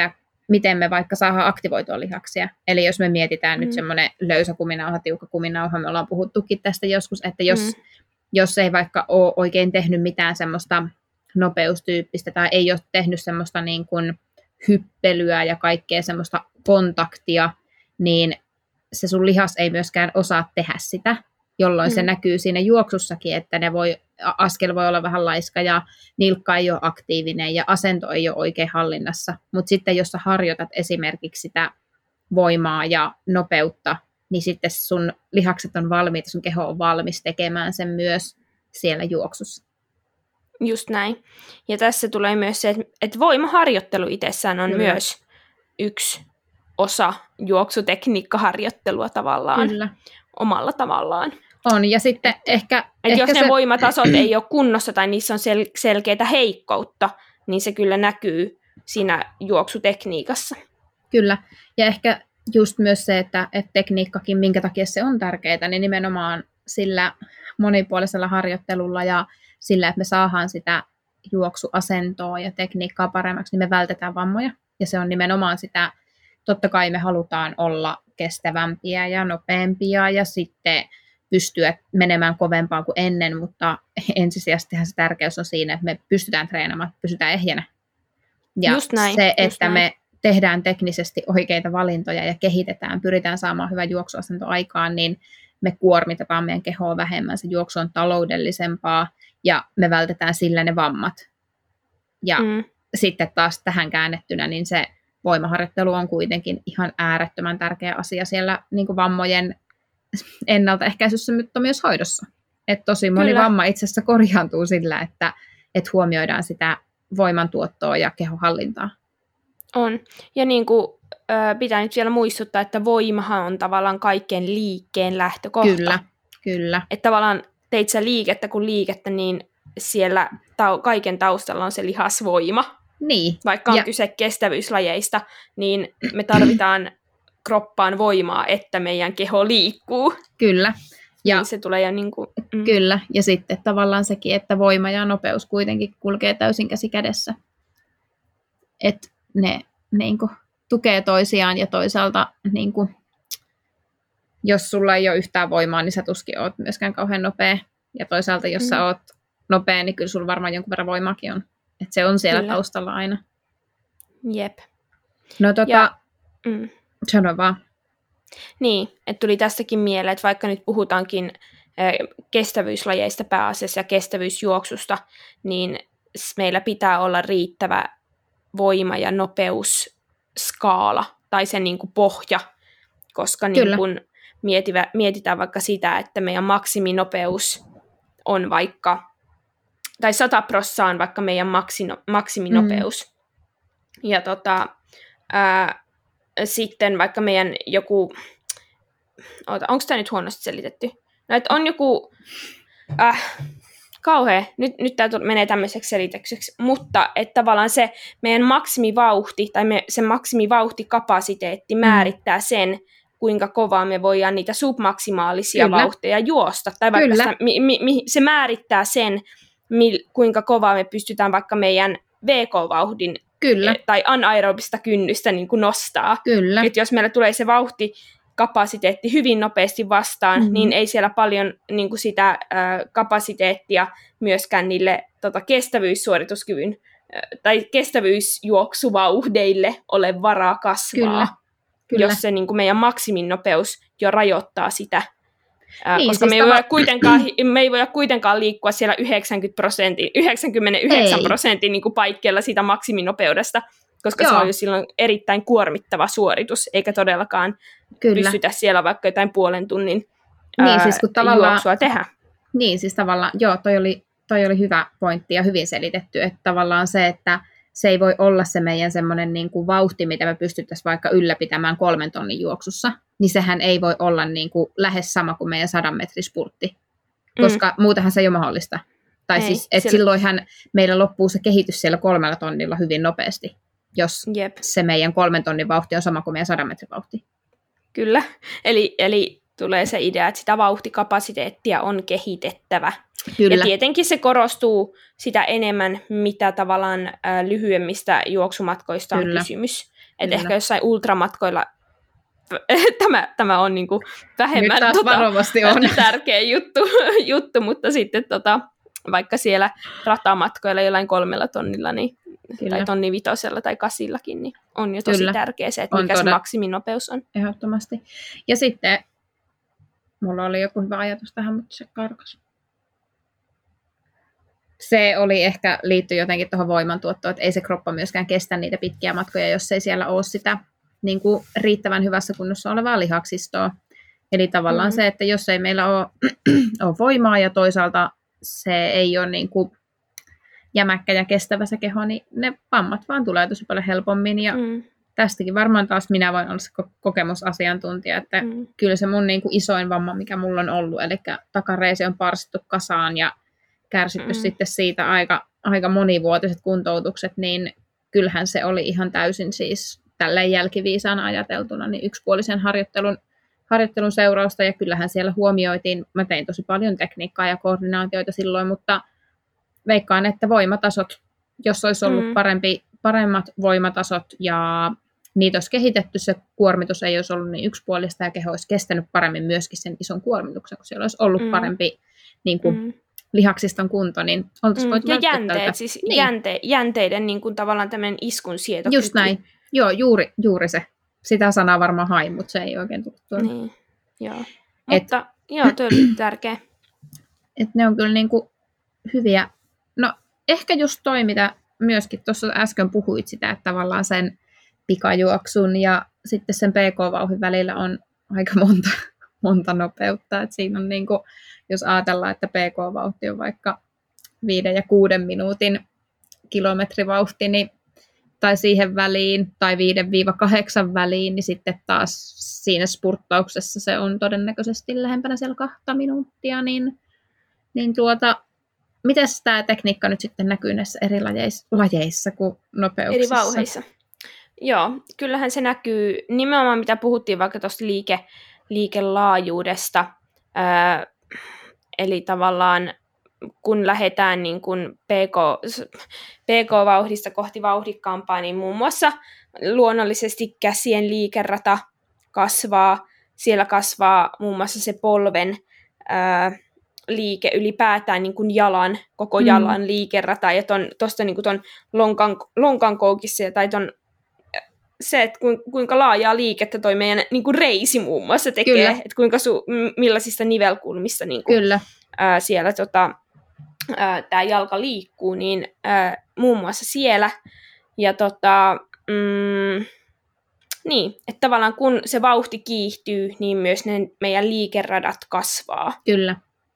miten me vaikka saadaan aktivoitua lihaksia. Eli jos me mietitään mm. nyt semmoinen löysä kuminauha, tiukka kuminauha, me ollaan puhuttukin tästä joskus, että jos, mm. jos ei vaikka ole oikein tehnyt mitään semmoista nopeustyyppistä tai ei ole tehnyt semmoista niin kuin hyppelyä ja kaikkea semmoista kontaktia, niin se sun lihas ei myöskään osaa tehdä sitä, jolloin mm. se näkyy siinä juoksussakin, että ne voi, askel voi olla vähän laiska ja nilkka ei ole aktiivinen ja asento ei ole oikein hallinnassa. Mutta sitten jos sä harjoitat esimerkiksi sitä voimaa ja nopeutta, niin sitten sun lihakset on valmiita, sun keho on valmis tekemään sen myös siellä juoksussa. Just näin. Ja tässä tulee myös se, että voimaharjoittelu itsessään on Kyllä. myös yksi osa juoksutekniikkaharjoittelua tavallaan. Kyllä. Omalla tavallaan. On, ja sitten et, ehkä... Et ehkä jos ne se... voimatasot ei ole kunnossa tai niissä on sel- selkeää heikkoutta, niin se kyllä näkyy siinä juoksutekniikassa. Kyllä, ja ehkä just myös se, että, että tekniikkakin, minkä takia se on tärkeää, niin nimenomaan sillä monipuolisella harjoittelulla ja sillä, että me saadaan sitä juoksuasentoa ja tekniikkaa paremmaksi, niin me vältetään vammoja. Ja se on nimenomaan sitä, totta kai me halutaan olla kestävämpiä ja nopeampia ja sitten pystyä menemään kovempaan kuin ennen, mutta ensisijaisesti se tärkeys on siinä, että me pystytään treenaamaan, pysytään ehjänä. Ja just näin, se, just että näin. me tehdään teknisesti oikeita valintoja ja kehitetään, pyritään saamaan hyvä juoksuasento aikaan, niin me kuormitetaan meidän kehoa vähemmän, se juoksu on taloudellisempaa ja me vältetään sillä ne vammat. Ja mm. sitten taas tähän käännettynä, niin se voimaharjoittelu on kuitenkin ihan äärettömän tärkeä asia siellä niin kuin vammojen ennaltaehkäisyssä, mutta myös hoidossa. Et tosi moni Kyllä. vamma itse asiassa korjaantuu sillä, että et huomioidaan sitä voimantuottoa ja kehohallintaa. On. Ja niin kuin, äh, pitää nyt vielä muistuttaa, että voimahan on tavallaan kaikkien liikkeen lähtökohta. Kyllä, kyllä. Että tavallaan teit sä liikettä kuin liikettä, niin siellä tau- kaiken taustalla on se lihasvoima. Niin. Vaikka on ja... kyse kestävyyslajeista, niin me tarvitaan kroppaan voimaa, että meidän keho liikkuu. Kyllä. Ja niin se tulee jo niin kuin, mm. Kyllä, ja sitten tavallaan sekin, että voima ja nopeus kuitenkin kulkee täysin käsi kädessä. Että ne niin kuin tukee toisiaan ja toisaalta, niin kuin, jos sulla ei ole yhtään voimaa, niin sä tuskin oot myöskään kauhean nopea. Ja toisaalta, jos mm. sä oot nopea, niin kyllä sulla varmaan jonkun verran voimaakin on. Että se on siellä kyllä. taustalla aina. Jep. No tota, ja, mm. sano vaan. Niin, että tuli tästäkin mieleen, että vaikka nyt puhutaankin kestävyyslajeista pääasiassa ja kestävyysjuoksusta, niin meillä pitää olla riittävä voima- ja nopeusskaala tai se niin kuin pohja, koska niin kuin mietivä, mietitään vaikka sitä, että meidän maksiminopeus on vaikka, tai sata prosenttia on vaikka meidän maksino, maksiminopeus. Mm. Ja tota, ää, sitten vaikka meidän joku, oota, onko tämä nyt huonosti selitetty? No, että on joku, äh, kauhea, nyt, nyt tämä menee tämmöiseksi selitykseksi, mutta että tavallaan se meidän maksimivauhti, tai me, se maksimivauhtikapasiteetti määrittää sen, kuinka kovaa me voidaan niitä submaksimaalisia Kyllä. vauhteja juosta. Tai vaikka sitä, mi, mi, mi, se määrittää sen, mi, kuinka kovaa me pystytään vaikka meidän V K-vauhdin Kyllä. tai anaerobista kynnystä niin kuin nostaa. Kyllä. Et jos meillä tulee se vauhtikapasiteetti hyvin nopeasti vastaan, mm-hmm. niin ei siellä paljon niin kuin sitä äh, kapasiteettia myöskään niille tota, kestävyyssuorituskyvyn äh, tai kestävyysjuoksuvauhdeille ole varaa kasvaa, Kyllä. Kyllä. jos se niin kuin meidän maksiminopeus jo rajoittaa sitä. Ää, niin, koska siis me, ei tava... voida kuitenkaan, me ei voida kuitenkaan liikkua siellä yhdeksänkymmentä prosentin, yhdeksänkymmentäyhdeksän prosentin niin kuin paikkeilla siitä maksiminopeudesta, koska Joo. se on jo silloin erittäin kuormittava suoritus, eikä todellakaan Kyllä. pystytä siellä vaikka jotain puolen tunnin ää, niin, siis juoksua tehdä. Niin, siis tavallaan, joo, toi oli, toi oli hyvä pointti ja hyvin selitetty, että tavallaan se, että se ei voi olla se meidän semmoinen niin kuin vauhti, mitä me pystyttäisiin vaikka ylläpitämään kolmen tonnin juoksussa, niin sehän ei voi olla niin kuin lähes sama kuin meidän sadan metrin spurtti, koska mm. muutenhan se ei ole mahdollista. Tai ei, siis, että sillä... silloinhan meillä loppuu se kehitys siellä kolmella tonnilla hyvin nopeasti, jos Jep. se meidän kolmen tonnin vauhti on sama kuin meidän sadan metrin vauhti. Kyllä, eli, eli tulee se idea, että sitä vauhtikapasiteettia on kehitettävä. Kyllä. Ja tietenkin se korostuu sitä enemmän, mitä tavallaan ä, lyhyemmistä juoksumatkoista on Kyllä. kysymys. Että ehkä jossain ultramatkoilla tämä, tämä on niinku vähemmän tota, on. tärkeä juttu, juttu, mutta sitten tota, vaikka siellä ratamatkoilla jollain kolmella tonnilla niin, tai tonni vitosella tai kasillakin, niin on jo tosi Kyllä. tärkeä se, että on mikä todella. se maksiminopeus on. Ehdottomasti. Ja sitten, mulla oli joku hyvä ajatus tähän, mutta se karkas. Se oli ehkä liitty jotenkin tuohon voimantuottoon, että ei se kroppa myöskään kestä niitä pitkiä matkoja, jos ei siellä ole sitä niin kuin riittävän hyvässä kunnossa olevaa lihaksistoa. Eli tavallaan mm-hmm. se, että jos ei meillä ole, ole voimaa ja toisaalta se ei ole niin kuin jämäkkä ja kestävä se keho, niin ne vammat vaan tulee tosi paljon helpommin. Ja mm. tästäkin varmaan taas minä voin olla se kokemusasiantuntija, että mm. kyllä se mun niin kuin isoin vamma, mikä mulla on ollut, eli takareisi on parsittu kasaan ja kärsitty mm. sitten siitä aika, aika monivuotiset kuntoutukset, niin kyllähän se oli ihan täysin siis tälleen jälkiviisaan ajateltuna, niin yksipuolisen harjoittelun, harjoittelun seurausta, ja kyllähän siellä huomioitiin, mä tein tosi paljon tekniikkaa ja koordinaatioita silloin, mutta veikkaan, että voimatasot, jos olisi ollut mm. parempi, paremmat voimatasot ja niitä olisi kehitetty, se kuormitus ei olisi ollut niin yksipuolista ja keho olisi kestänyt paremmin myöskin sen ison kuormituksen, kun siellä olisi ollut mm. parempi niin kuin, mm. lihaksiston kunto, niin oltaisiin voitu mm. Ja jänteet, siis niin. jänte, jänteiden niin kuin, tavallaan tämmöinen iskun sietokyky. Just näin, joo, juuri, juuri se. Sitä sanaa varmaan hain, mutta se ei oikein tullut tuolla. Niin, joo. Et, mutta joo, tuo oli tärkeä. Että ne on kyllä niin kuin hyviä. No ehkä just toi, mitä myöskin tuossa äsken puhuit sitä, että tavallaan sen pikajuoksun ja sitten sen P K-vauhdin välillä on aika monta, monta nopeutta. Et siinä on niin kuin, jos ajatellaan, että P K-vauhti on vaikka viiden ja kuuden minuutin kilometrivauhti, niin tai siihen väliin, tai viiden kahdeksan väliin, niin sitten taas siinä spurttauksessa se on todennäköisesti lähempänä siellä kahta minuuttia, niin, niin tuota, miten tämä tekniikka nyt sitten näkyy näissä eri lajeissa, lajeissa kuin nopeuksissa? Eri vauheissa. Joo, kyllähän se näkyy nimenomaan, mitä puhuttiin vaikka tuosta liike, liikelaajuudesta, ää, eli tavallaan kun lähdetään niin kuin P K, P K-vauhdista kohti vauhdikkaampaa, niin muun muassa luonnollisesti käsien liikerata kasvaa. Siellä kasvaa muun muassa se polven ää, liike ylipäätään niin kuin jalan, koko jalan mm. liikerata. Ja tuosta niin ton lonkan, lonkan koukissa tai ton, se, että kuinka laajaa liikettä toi meidän niin kuin reisi muun muassa tekee, että kuinka su, millaisista nivelkulmista niin kuin, Kyllä. Ää, siellä tota, tämä jalka liikkuu, niin ää, muun muassa siellä. Ja tota, mm, niin, että tavallaan kun se vauhti kiihtyy, niin myös ne meidän liikeradat kasvaa. Kyllä.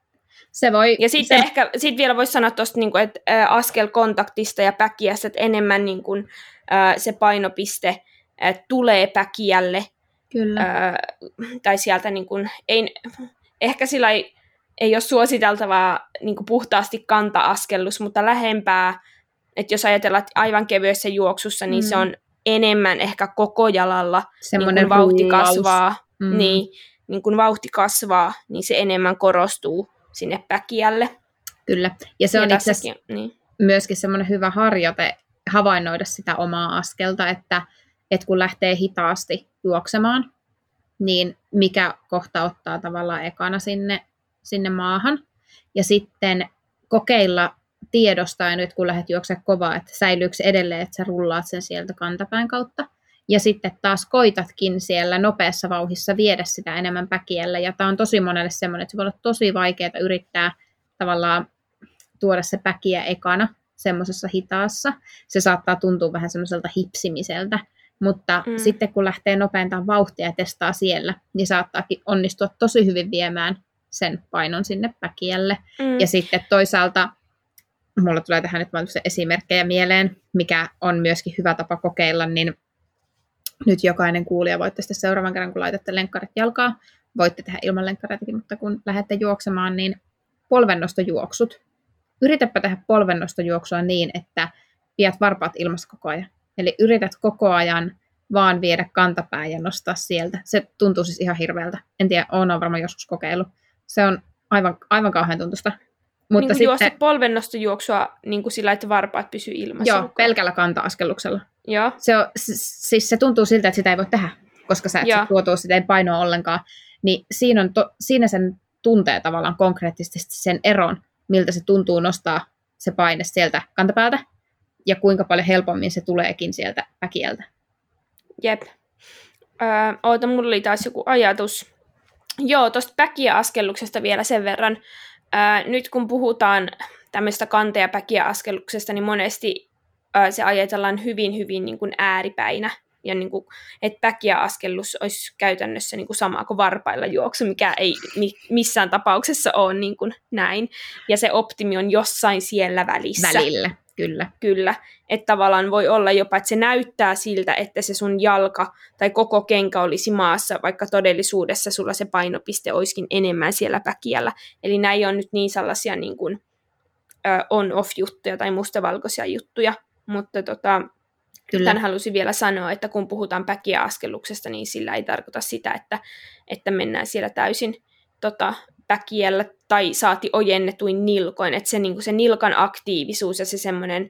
Se voi, ja sitten se... ehkä sit vielä voisi sanoa tuosta, niin että ää, askelkontaktista ja päkiästä, että enemmän niin kuin, ää, se painopiste ää, tulee päkiälle. Kyllä. Ää, tai sieltä niin kuin, ei, ehkä sillä ei, ei ole suositeltavaa niin kuin puhtaasti kanta-askellus, mutta lähempää, että jos ajatellaan, että aivan kevyessä juoksussa, niin mm. se on enemmän ehkä koko jalalla, niin kun vauhti kasvaa, mm. niin, niin kun vauhti kasvaa, niin se enemmän korostuu sinne päkiälle. Kyllä, ja se ja on itse asiassa niin. myöskin semmoinen hyvä harjoite havainnoida sitä omaa askelta, että, että kun lähtee hitaasti juoksemaan, niin mikä kohta ottaa tavallaan ekana sinne sinne maahan, ja sitten kokeilla tiedostaen nyt, kun lähdet juoksemaan kovaa, että säilyykö se edelleen, että sä rullaat sen sieltä kantapäin kautta, ja sitten taas koitatkin siellä nopeassa vauhissa viedä sitä enemmän päkiällä, ja tämä on tosi monelle semmoinen, että se voi olla tosi vaikeaa yrittää tavallaan tuoda se päkiä ekana semmoisessa hitaassa. Se saattaa tuntua vähän semmoiselta hipsimiseltä, mutta mm. sitten kun lähtee nopeintaan vauhtia ja testaa siellä, niin saattaakin onnistua tosi hyvin viemään sen painon sinne päkiälle. Mm. Ja sitten toisaalta, mulla tulee tähän nyt vain esimerkkejä mieleen, mikä on myöskin hyvä tapa kokeilla, niin nyt jokainen kuulija voitte sitten seuraavan kerran, kun laitatte lenkkarit jalkaa, voitte tehdä ilman lenkkareitakin, mutta kun lähdette juoksemaan, niin polvennostojuoksut. Yritäpä tehdä polvennostojuoksua niin, että viet varpaat ilmassa koko ajan. Eli yrität koko ajan vaan viedä kantapää ja nostaa sieltä. Se tuntuu siis ihan hirveältä. En tiedä, olen varmaan joskus kokeillut. Se on aivan, aivan kauhean tuntusta. Mutta niin sitten, juosta polvennostojuoksua niin kuin sillä, että varpaat pysyy ilmassa. Joo, pelkällä kanta-askelluksella. Joo. Se, on, siis se tuntuu siltä, että sitä ei voi tehdä, koska sä et sit tuotua sitä ei painoa ollenkaan. Niin siinä, on to, siinä sen tuntee tavallaan konkreettisesti sen eron, miltä se tuntuu nostaa se paine sieltä kantapäältä, ja kuinka paljon helpommin se tuleekin sieltä päkieltä. Jep. Öö, oota, mulla oli taas joku ajatus. Joo, tuosta päkiä-askelluksesta vielä sen verran. Öö, nyt kun puhutaan tämmöistä kante- ja päkiä-askelluksesta, niin monesti öö, se ajatellaan hyvin, hyvin niin kuin ääripäinä. Ja niin kuin, että päkiä-askellus olisi käytännössä niin kuin sama kuin varpailla juoksu, mikä ei missään tapauksessa ole niin kuin näin. Ja se optimi on jossain siellä välissä. Välillä, kyllä. Kyllä. Että tavallaan voi olla jopa, että se näyttää siltä, että se sun jalka tai koko kenkä olisi maassa, vaikka todellisuudessa sulla se painopiste olisikin enemmän siellä päkiällä. Eli nämä ei ole nyt niin sellaisia niin kuin, uh, on-off-juttuja tai mustavalkoisia juttuja, mutta tota... Kyllä. Tämän halusin vielä sanoa, että kun puhutaan päkiä-askelluksesta, niin sillä ei tarkoita sitä, että, että mennään siellä täysin tota, päkiällä tai saati ojennetuin nilkoin. Että se, niin kuin se nilkan aktiivisuus ja se semmoinen,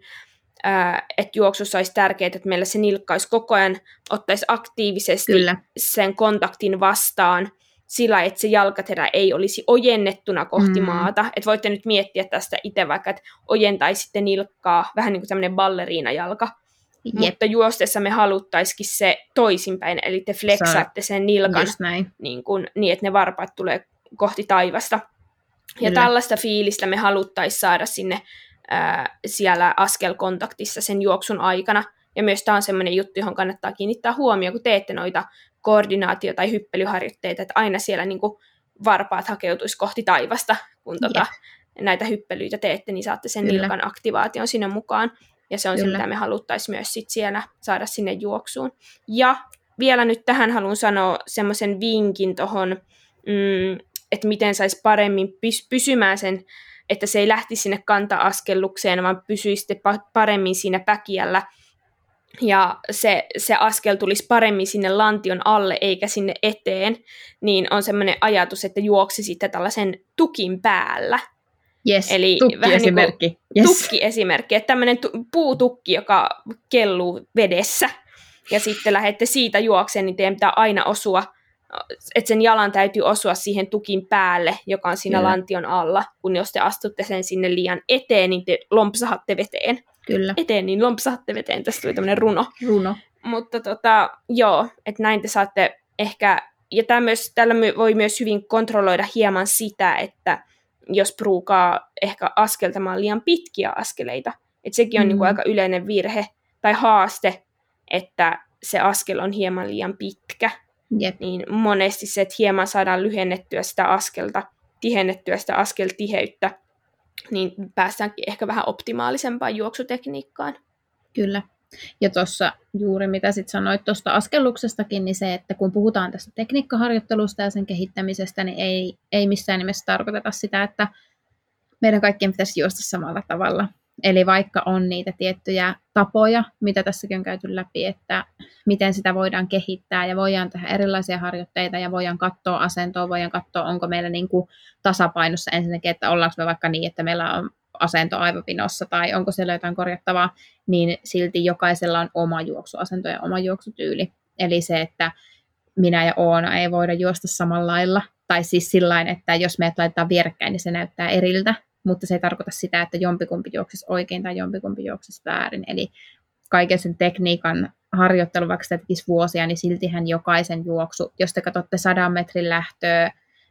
ää, että juoksussa olisi tärkeää, että meillä se nilkka olisi koko ajan, ottaisi aktiivisesti Kyllä. sen kontaktin vastaan sillä, että se jalkaterä ei olisi ojennettuna kohti mm. maata. Että voitte nyt miettiä tästä itse vaikka, että ojentaisitte nilkkaa, vähän niin kuin tämmöinen balleriinajalka. Jep. Mutta juostessa me haluttaisikin se toisinpäin, eli te flexaatte sen nilkan niin, kuin, niin, että ne varpaat tulee kohti taivasta. Ja Kyllä. tällaista fiilistä me haluttaisiin saada sinne ää, siellä askelkontaktissa sen juoksun aikana. Ja myös tämä on sellainen juttu, johon kannattaa kiinnittää huomioon, kun teette noita koordinaatio- tai hyppelyharjoitteita, että aina siellä niin kuin varpaat hakeutuisi kohti taivasta, kun tota, näitä hyppelyitä teette, niin saatte sen Kyllä. nilkan aktivaation sinne mukaan. Ja se on Kyllä. se, mitä me haluttaisiin myös sit siellä saada sinne juoksuun. Ja vielä nyt tähän haluan sanoa semmoisen vinkin tuohon, mm, että miten saisi paremmin pys- pysymään sen, että se ei lähtisi sinne kanta-askellukseen, vaan pysyisi paremmin siinä päkiällä. Ja se, se askel tulisi paremmin sinne lantion alle eikä sinne eteen. Niin on semmoinen ajatus, että juoksisitte tällaisen tukin päällä. Yes, eli tukki-esimerkki. Niin yes. Tukki-esimerkki, että tämmöinen tu- puutukki, joka kelluu vedessä, ja sitten lähdette siitä juokseen, niin teidän pitää aina osua, että sen jalan täytyy osua siihen tukin päälle, joka on siinä Kyllä. lantion alla, kun jos te astutte sen sinne liian eteen, niin te lompsahatte veteen. Kyllä. Eteen, niin lompsahatte veteen. Tästä tuli tämmöinen runo. Runo. Mutta tota, joo, että näin te saatte ehkä, ja tämä myös, tällä voi myös hyvin kontrolloida hieman sitä, että jos pruukaa ehkä askeltamaan liian pitkiä askeleita. Että sekin on mm. niinku aika yleinen virhe tai haaste, että se askel on hieman liian pitkä. Jep. Niin monesti se, että hieman saadaan lyhennettyä sitä askelta, tihennettyä sitä askeltiheyttä, niin päästäänkin ehkä vähän optimaalisempaan juoksutekniikkaan. Kyllä. Ja tuossa juuri mitä sitten sanoit tuosta askelluksestakin, niin se, että kun puhutaan tästä tekniikkaharjoittelusta ja sen kehittämisestä, niin ei, ei missään nimessä tarkoiteta sitä, että meidän kaikkien pitäisi juosta samalla tavalla. Eli vaikka on niitä tiettyjä tapoja, mitä tässäkin on käyty läpi, että miten sitä voidaan kehittää ja voidaan tehdä erilaisia harjoitteita ja voidaan katsoa asentoa, voidaan katsoa, onko meillä niin kuin tasapainossa ensinnäkin, että ollaanko me vaikka niin, että meillä on asento aivopinossa tai onko siellä jotain korjattavaa, niin silti jokaisella on oma juoksuasento ja oma juoksutyyli. Eli se, että minä ja Oona ei voida juosta samalla lailla, tai siis sillain, että jos meidät laitetaan vierekkäin, niin se näyttää eriltä, mutta se ei tarkoita sitä, että jompikumpi juoksisi oikein tai jompikumpi juoksisi väärin. Eli kaiken sen tekniikan harjoittelu, vaikka sitä tekisi vuosia, niin siltihän jokaisen juoksu, jos te katsotte sadan metrin lähtöä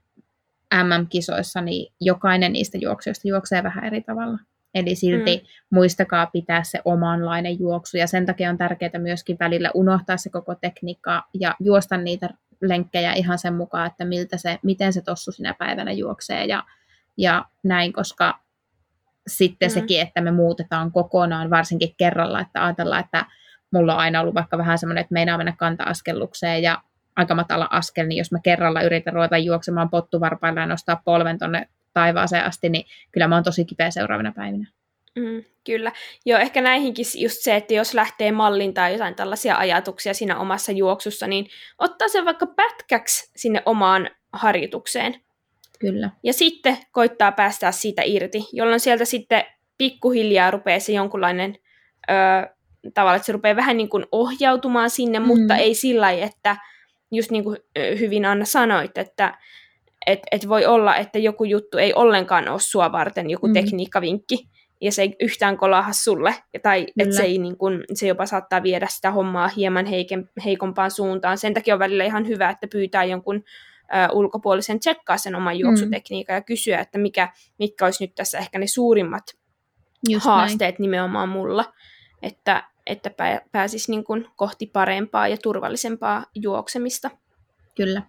M M-kisoissa, niin jokainen niistä juoksijoista juoksee vähän eri tavalla. Eli silti mm. muistakaa pitää se omanlainen juoksu, ja sen takia on tärkeää myöskin välillä unohtaa se koko tekniikka ja juosta niitä lenkkejä ihan sen mukaan, että miltä se, miten se tossu sinä päivänä juoksee ja, ja näin, koska sitten mm. sekin, että me muutetaan kokonaan, varsinkin kerralla, että ajatellaan, että mulla on aina ollut vaikka vähän semmoinen, että meinaa mennä kanta-askellukseen ja aika matala askel, niin jos mä kerralla yritän ruveta juoksemaan pottuvarpailla ja nostaa polven tonne taivaaseen asti, niin kyllä mä oon tosi kipeä seuraavina päivinä. Mm, kyllä. Joo, ehkä näihinkin just se, että jos lähtee mallin tai jotain tällaisia ajatuksia siinä omassa juoksussa, niin ottaa sen vaikka pätkäksi sinne omaan harjoitukseen. Kyllä. Ja sitten koittaa päästää siitä irti, jolloin sieltä sitten pikkuhiljaa rupeaa se jonkunlainen ö, tavalla, että se rupeaa vähän niin kuin ohjautumaan sinne, mm. mutta ei sillä lailla, että just niin kuin hyvin Anna sanoit, että et, et voi olla, että joku juttu ei ollenkaan ole sua varten, joku mm. tekniikkavinkki, ja se ei yhtään kolaha sulle, tai että se, ei niin kuin, se jopa saattaa viedä sitä hommaa hieman heiken, heikompaan suuntaan. Sen takia on välillä ihan hyvä, että pyytää jonkun ö, ulkopuolisen tsekkaa sen oman juoksutekniikan mm. ja kysyä, että mikä, mitkä olisi nyt tässä ehkä ne suurimmat Just haasteet näin. Nimenomaan mulla, että, että pää, pääsisi niin kuin kohti parempaa ja turvallisempaa juoksemista. Kyllä.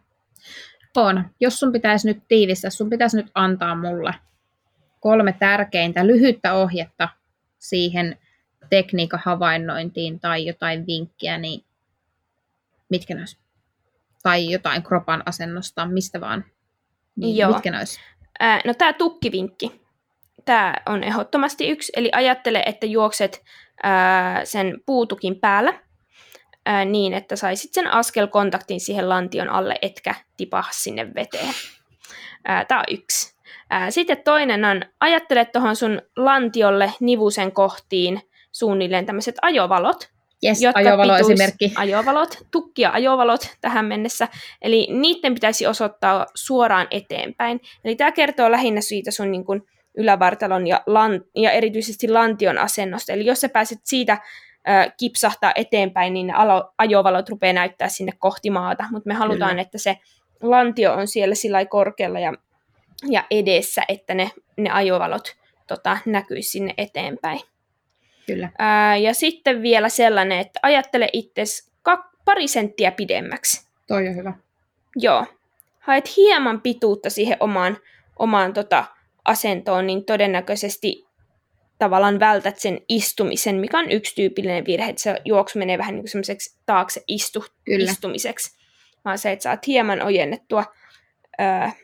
On. Jos sun pitäisi nyt tiivistää, sun pitäisi nyt antaa mulle kolme tärkeintä lyhyttä ohjetta siihen tekniikan havainnointiin tai jotain vinkkiä, niin mitkä ne olisi? Tai jotain kropan asennosta, mistä vaan. Niin Joo. Mitkä ne olisi? Ää, no tämä tukkivinkki. Tämä on ehdottomasti yksi. Eli ajattele, että juokset ää, sen puutukin päällä ää, niin, että saisit sen askelkontaktin siihen lantion alle, etkä tipaha sinne veteen. Tämä on yksi. Ää, sitten toinen on, ajattele tuohon sun lantiolle nivusen kohtiin suunnilleen tämmöiset ajovalot. Yes, ajovaloesimerkki. Ajovalot, tukki- ja ajovalot tähän mennessä. Eli niiden pitäisi osoittaa suoraan eteenpäin. Eli tämä kertoo lähinnä siitä sun niin kuin ylävartalon ja, lan- ja erityisesti lantion asennosta. Eli jos sä pääset siitä äh, kipsahtaa eteenpäin, niin ne alo- ajovalot rupeaa näyttää sinne kohti maata. Mutta me halutaan, Kyllä. että se lantio on siellä sillä korkealla ja, ja edessä, että ne, ne ajovalot tota, näkyisi sinne eteenpäin. Kyllä. Ää, ja sitten vielä sellainen, että ajattele itsesi kak- pari senttiä pidemmäksi. Toi on hyvä. Joo. Haet hieman pituutta siihen omaan, omaan tota, asentoon, niin todennäköisesti tavallaan vältät sen istumisen, mikä on yksi tyypillinen virhe, että se juoksu menee vähän niin kuin semmoiseksi taakse istu, istumiseksi. Vaan se, että saat hieman ojennettua ää,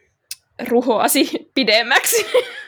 ruhoasi pidemmäksi.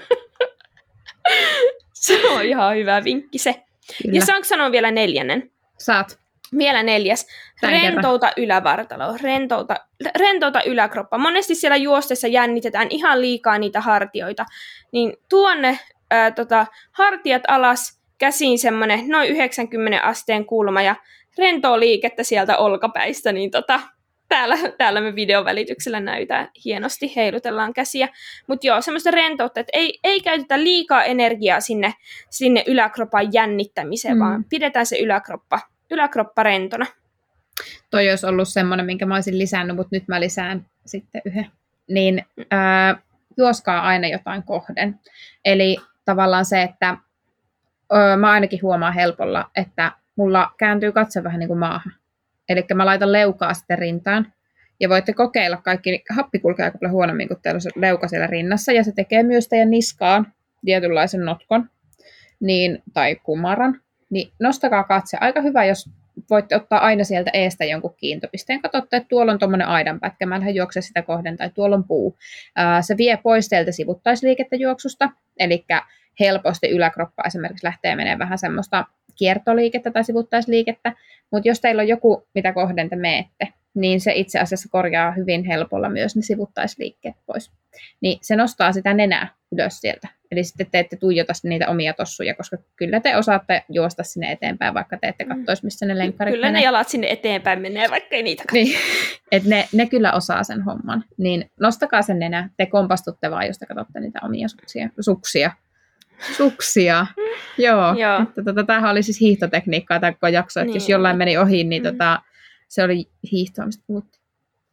Se on ihan hyvä vinkki se. Kyllä. Ja saanko sanoa vielä neljännen? Saat. Vielä neljäs. Tän rentouta kerran. ylävartalo, rentouta, rentouta yläkroppa. Monesti siellä juostessa jännitetään ihan liikaa niitä hartioita. Niin tuonne ää, tota, hartiat alas, käsiin semmoinen noin yhdeksänkymmentä asteen kulma ja rentoa liikettä sieltä olkapäistä, niin tota, Täällä, täällä me videon välityksellä näytään hienosti, heilutellaan käsiä. Mutta joo, semmoista rentoutta, että ei, ei käytetä liikaa energiaa sinne, sinne yläkropan jännittämiseen, mm. vaan pidetään se yläkroppa, yläkroppa rentona. Toi olisi ollut semmoinen, minkä mä olisin lisännyt, mutta nyt mä lisään sitten yhden. Niin ää, juoskaa aina jotain kohden. Eli tavallaan se, että ö, mä ainakin huomaan helpolla, että mulla kääntyy katse vähän niin kuin maahan. Eli mä laitan leukaa sitten rintaan, ja voitte kokeilla kaikki, happi kulkee aika paljon huonommin, kun teillä on se leuka siellä rinnassa, ja se tekee myös teidän niskaan tietynlaisen notkon, niin, tai kumaran, niin nostakaa katse. Aika hyvä, jos voitte ottaa aina sieltä eestä jonkun kiintopisteen. Katsotte, että tuolla on tuommoinen aidanpätkä, mä lähden juoksemaan sitä kohden, tai tuolla on puu. Ää, se vie pois teiltä sivuttaisliikettä juoksusta, eli helposti yläkroppa esimerkiksi lähtee menemään vähän semmoista kiertoliikettä tai sivuttaisliikettä, mutta jos teillä on joku, mitä kohden te meette, niin se itse asiassa korjaa hyvin helpolla myös ne sivuttaisliikkeet pois. Niin se nostaa sitä nenää ylös sieltä. Eli sitten te ette tuijota niitä omia tossuja, koska kyllä te osaatte juosta sinne eteenpäin, vaikka te ette katsoisi, missä ne lenkkarit Kyllä menee. Ne jalat sinne eteenpäin menee, vaikka ei niitä katso. Niin, että ne, ne kyllä osaa sen homman. Niin nostakaa sen nenä, te kompastutte vaan, jos te katsotte niitä omia suksia. Suksia. Suksia. Joo. Joo. Että, tota, tämähän oli siis hiihtotekniikkaa tämä koko jakso, että niin. Jos jollain meni ohi, niin mm. tota, se oli hiihtoa, mistä puhuttiin.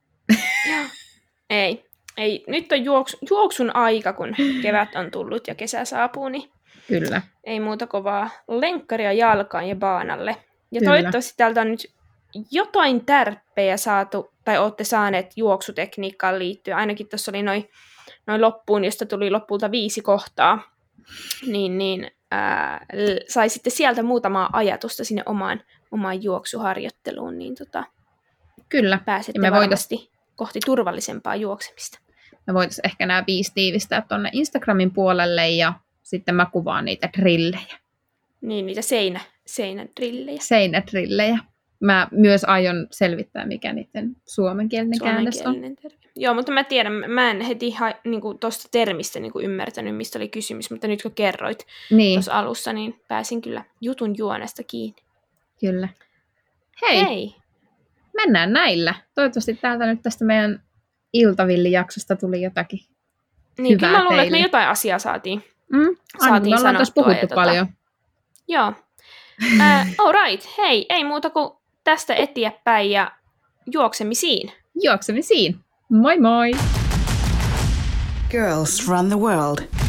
Ei. Ei. Nyt on juoksu, juoksun aika, kun kevät on tullut ja kesä saapuu, niin Kyllä. ei muuta kovaa lenkkaria jalkaan ja baanalle. Ja Kyllä. toivottavasti täältä on nyt jotain tärppejä saatu, tai olette saaneet juoksutekniikkaan liittyen. Ainakin tuossa oli noin noi loppuun, josta tuli lopulta viisi kohtaa. Niin, niin ää, saisitte sieltä muutamaa ajatusta sinne omaan, omaan juoksuharjoitteluun, niin tota, Kyllä. pääsette me varmasti voitais, kohti turvallisempaa juoksemista. Me voitaisiin ehkä nämä viisi tiivistää tuonne Instagramin puolelle ja sitten mä kuvaan niitä drillejä. Niin, niitä seinä, seinädrillejä. Seinädrillejä. mä myös aion selvittää, mikä niiden suomenkielinen käännös on. Termi. Joo, mutta mä tiedän, mä en heti ha, niinku, tuosta termistä niinku, ymmärtänyt, mistä oli kysymys, mutta nyt kun kerroit niin. tuossa alussa, niin pääsin kyllä jutun juonesta kiinni. Kyllä. Hei, Hei. Mennään näillä. Toivottavasti täältä nyt tästä meidän iltavillijaksosta tuli jotakin niin, hyvää kyllä mä luulen, teille. että me jotain asiaa saatiin. Mm, saatiin me ollaan tuossa puhuttu tota, paljon. Joo. Uh, all right. Hei, ei muuta kuin tästä eteenpäin ja juoksemisiin. Juoksemisiin. Moi moi! Girls run the world.